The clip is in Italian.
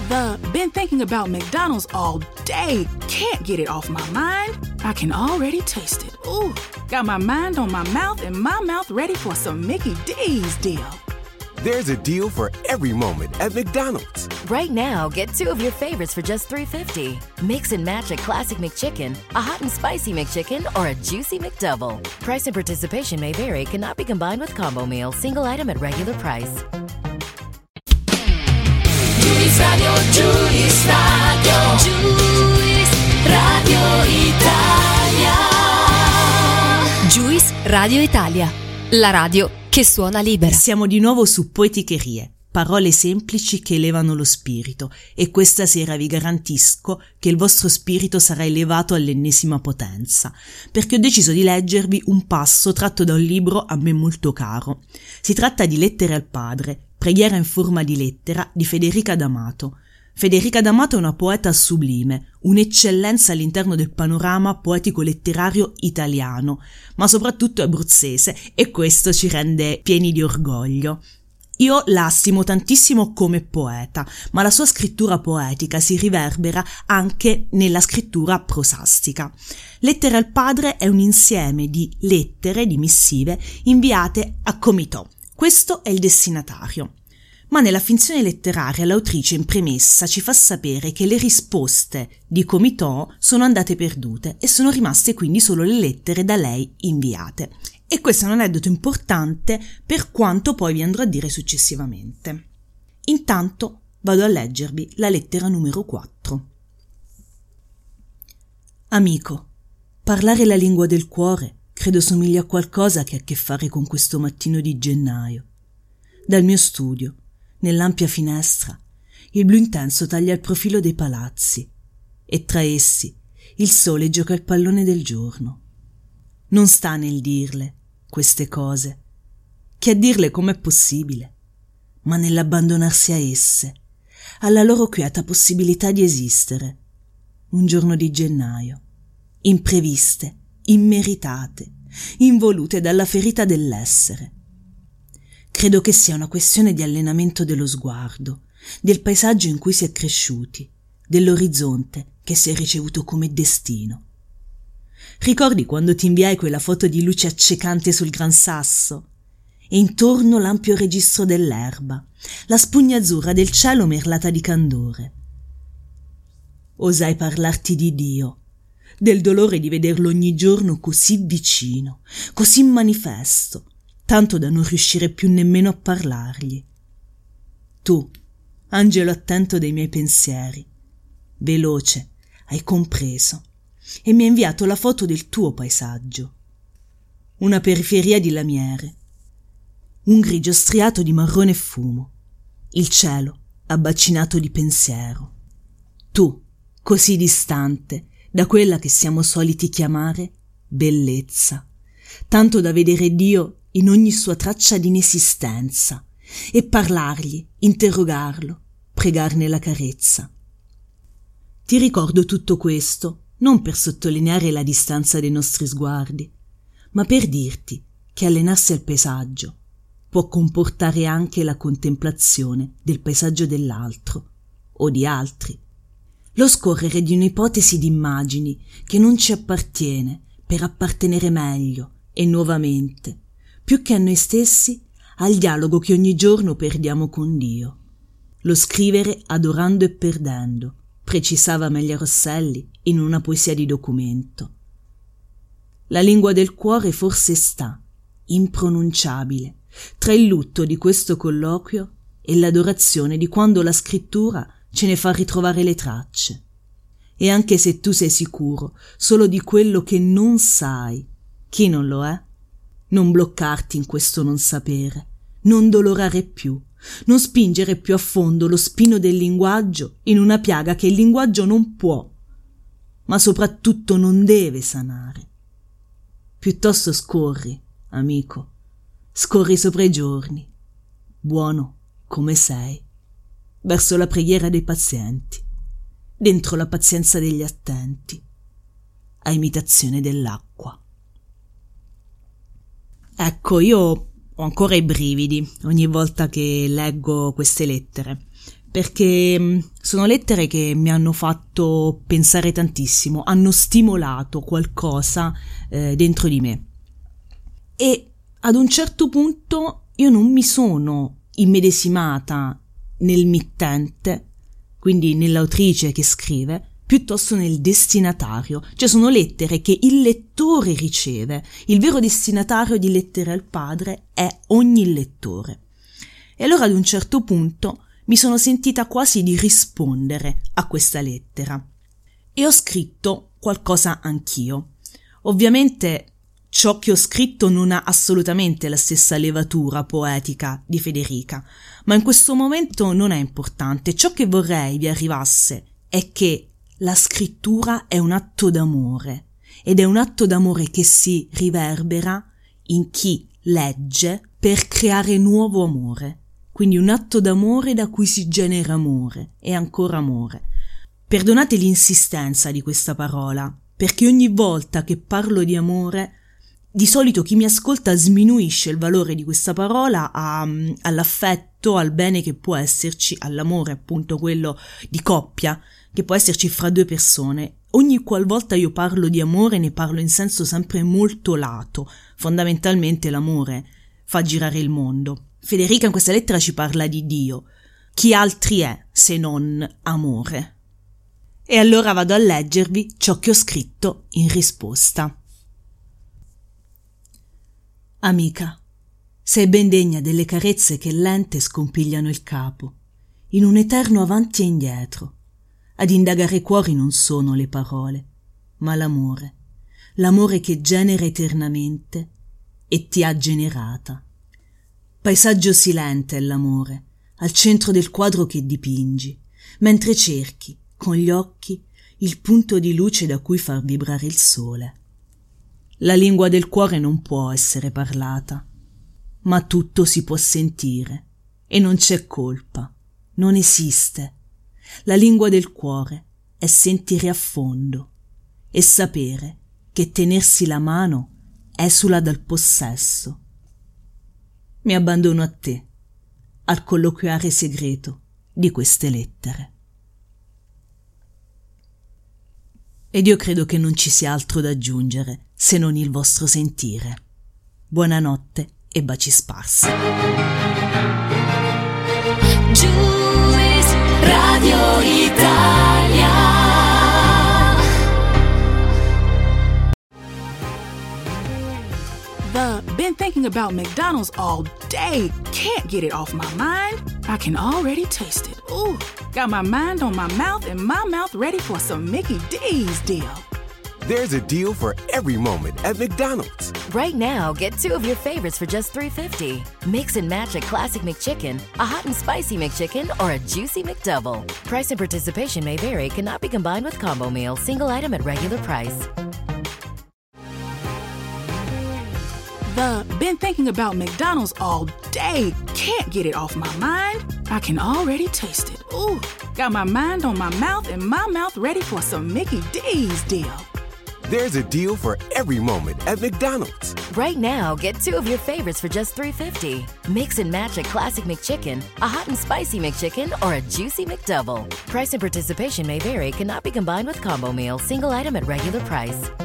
The been thinking about McDonald's all day. Can't get it off my mind. I can already taste it. Ooh, got my mind on my mouth and my mouth ready for some Mickey D's deal. There's a deal for every moment at McDonald's. Right now, get 2 of your favorites for just $3.50. Mix and match a classic McChicken, a hot and spicy McChicken, or a juicy McDouble. Price and participation may vary. Cannot be combined with combo meal. Single item at regular price. Juice Radio, Juice Radio, Juice Radio Italia. Juice Radio Italia, la radio che suona libera. Siamo di nuovo su Poeticherie, parole semplici che elevano lo spirito, e questa sera vi garantisco che il vostro spirito sarà elevato all'ennesima potenza, perché ho deciso di leggervi un passo tratto da un libro a me molto caro. Si tratta di Lettere al padre, preghiera in forma di lettera di Federica D'Amato. Federica D'Amato è una poeta sublime, un'eccellenza all'interno del panorama poetico-letterario italiano, ma soprattutto abruzzese, e questo ci rende pieni di orgoglio. Io la stimo tantissimo come poeta, ma la sua scrittura poetica si riverbera anche nella scrittura prosastica. Lettere al padre è un insieme di lettere, di missive, inviate a Comitò. Questo è il destinatario. Ma nella finzione letteraria l'autrice in premessa ci fa sapere che le risposte di Comitò sono andate perdute e sono rimaste quindi solo le lettere da lei inviate. E questo è un aneddoto importante per quanto poi vi andrò a dire successivamente. Intanto vado a leggervi la lettera numero 4. Amico, parlare la lingua del cuore credo somiglia a qualcosa che ha a che fare con questo mattino di gennaio. Dal mio studio, nell'ampia finestra, il blu intenso taglia il profilo dei palazzi e tra essi il sole gioca il pallone del giorno. Non sta nel dirle queste cose, che a dirle com'è possibile, ma nell'abbandonarsi a esse, alla loro quieta possibilità di esistere. Un giorno di gennaio, impreviste, immeritate, involute dalla ferita dell'essere. Credo che sia una questione di allenamento dello sguardo, del paesaggio in cui si è cresciuti, dell'orizzonte che si è ricevuto come destino. Ricordi quando ti inviai quella foto di luce accecante sul Gran Sasso? E intorno l'ampio registro dell'erba, la spugna azzurra del cielo merlata di candore. Osai parlarti di Dio, del dolore di vederlo ogni giorno così vicino, così manifesto, tanto da non riuscire più nemmeno a parlargli. Tu, angelo attento dei miei pensieri, veloce, hai compreso e mi hai inviato la foto del tuo paesaggio. Una periferia di lamiere, un grigio striato di marrone e fumo, il cielo abbacinato di pensiero. Tu, così distante da quella che siamo soliti chiamare bellezza, tanto da vedere Dio in ogni sua traccia di inesistenza e parlargli, interrogarlo, pregarne la carezza. Ti ricordo tutto questo non per sottolineare la distanza dei nostri sguardi, ma per dirti che allenarsi al paesaggio può comportare anche la contemplazione del paesaggio dell'altro o di altri, lo scorrere di un'ipotesi di immagini che non ci appartiene per appartenere meglio e nuovamente, più che a noi stessi, al dialogo che ogni giorno perdiamo con Dio. Lo scrivere adorando e perdendo, precisava Amelia Rosselli in una poesia di documento. La lingua del cuore forse sta, impronunciabile, tra il lutto di questo colloquio e l'adorazione di quando la scrittura ce ne fa ritrovare le tracce. E anche se tu sei sicuro solo di quello che non sai, chi non lo è? Non bloccarti in questo non sapere, non dolorare più, non spingere più a fondo lo spino del linguaggio in una piaga che il linguaggio non può, ma soprattutto non deve sanare. Piuttosto scorri, amico, scorri sopra i giorni, buono come sei, verso la preghiera dei pazienti, dentro la pazienza degli attenti, a imitazione dell'acqua. Ecco, io ho ancora i brividi ogni volta che leggo queste lettere, perché sono lettere che mi hanno fatto pensare tantissimo, hanno stimolato qualcosa dentro di me. E ad un certo punto io non mi sono immedesimata nel mittente, quindi nell'autrice che scrive, piuttosto nel destinatario, cioè sono lettere che il lettore riceve. Il vero destinatario di Lettere al Padre è ogni lettore. E allora ad un certo punto mi sono sentita quasi di rispondere a questa lettera e ho scritto qualcosa anch'io. Ovviamente ciò che ho scritto non ha assolutamente la stessa levatura poetica di Federica, ma in questo momento non è importante. Ciò che vorrei vi arrivasse è che la scrittura è un atto d'amore, ed è un atto d'amore che si riverbera in chi legge per creare nuovo amore. Quindi un atto d'amore da cui si genera amore e ancora amore. Perdonate l'insistenza di questa parola, perché ogni volta che parlo di amore, di solito chi mi ascolta sminuisce il valore di questa parola all'affetto, al bene che può esserci, all'amore appunto quello di coppia, che può esserci fra due persone. Ogni qualvolta io parlo di amore ne parlo in senso sempre molto lato. Fondamentalmente l'amore fa girare il mondo. Federica in questa lettera ci parla di Dio. Chi altri è se non amore? E allora vado a leggervi ciò che ho scritto in risposta. Amica, sei ben degna delle carezze che lente scompigliano il capo, in un eterno avanti e indietro. Ad indagare i cuori non sono le parole, ma l'amore che genera eternamente e ti ha generata. Paesaggio silente è l'amore, al centro del quadro che dipingi, mentre cerchi, con gli occhi, il punto di luce da cui far vibrare il sole. La lingua del cuore non può essere parlata, ma tutto si può sentire, e non c'è colpa, non esiste. La lingua del cuore è sentire a fondo e sapere che tenersi la mano esula dal possesso. Mi abbandono a te, al colloquiare segreto di queste lettere. Ed io credo che non ci sia altro da aggiungere se non il vostro sentire. Buonanotte e baci sparsi. Radio Italia. Been thinking about McDonald's all day. Can't get it off my mind. I can already taste it. Ooh, got my mind on my mouth and my mouth ready for some Mickey D's deal. There's a deal for every moment at McDonald's. Right now, get 2 of your favorites for just $3.50. Mix and match a classic McChicken, a hot and spicy McChicken, or a juicy McDouble. Price and participation may vary, cannot be combined with combo meal, single item at regular price. Been thinking about McDonald's all day. Can't get it off my mind. I can already taste it. Ooh, got my mind on my mouth and my mouth ready for some Mickey D's deal. There's a deal for every moment at McDonald's. Right now, get 2 of your favorites for just $3.50. Mix and match a classic McChicken, a hot and spicy McChicken, or a juicy McDouble. Price and participation may vary, cannot be combined with combo meal, single item at regular price.